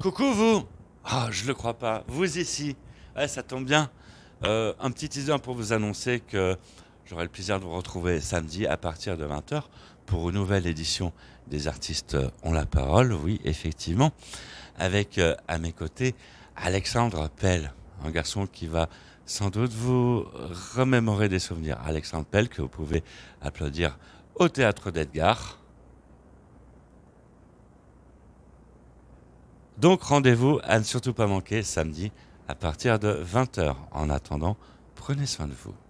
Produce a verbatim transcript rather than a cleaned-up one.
Coucou vous. Ah, je le crois pas. Vous ici. Ouais, ça tombe bien. Euh, un petit teaser pour vous annoncer que j'aurai le plaisir de vous retrouver samedi à partir de vingt heures pour une nouvelle édition des artistes ont la parole. Oui, effectivement. Avec euh, à mes côtés Alexandre Pell, un garçon qui va sans doute vous remémorer des souvenirs. Alexandre Pell, que vous pouvez applaudir au théâtre d'Edgar. Donc rendez-vous à ne surtout pas manquer samedi à partir de vingt heures. En attendant, prenez soin de vous.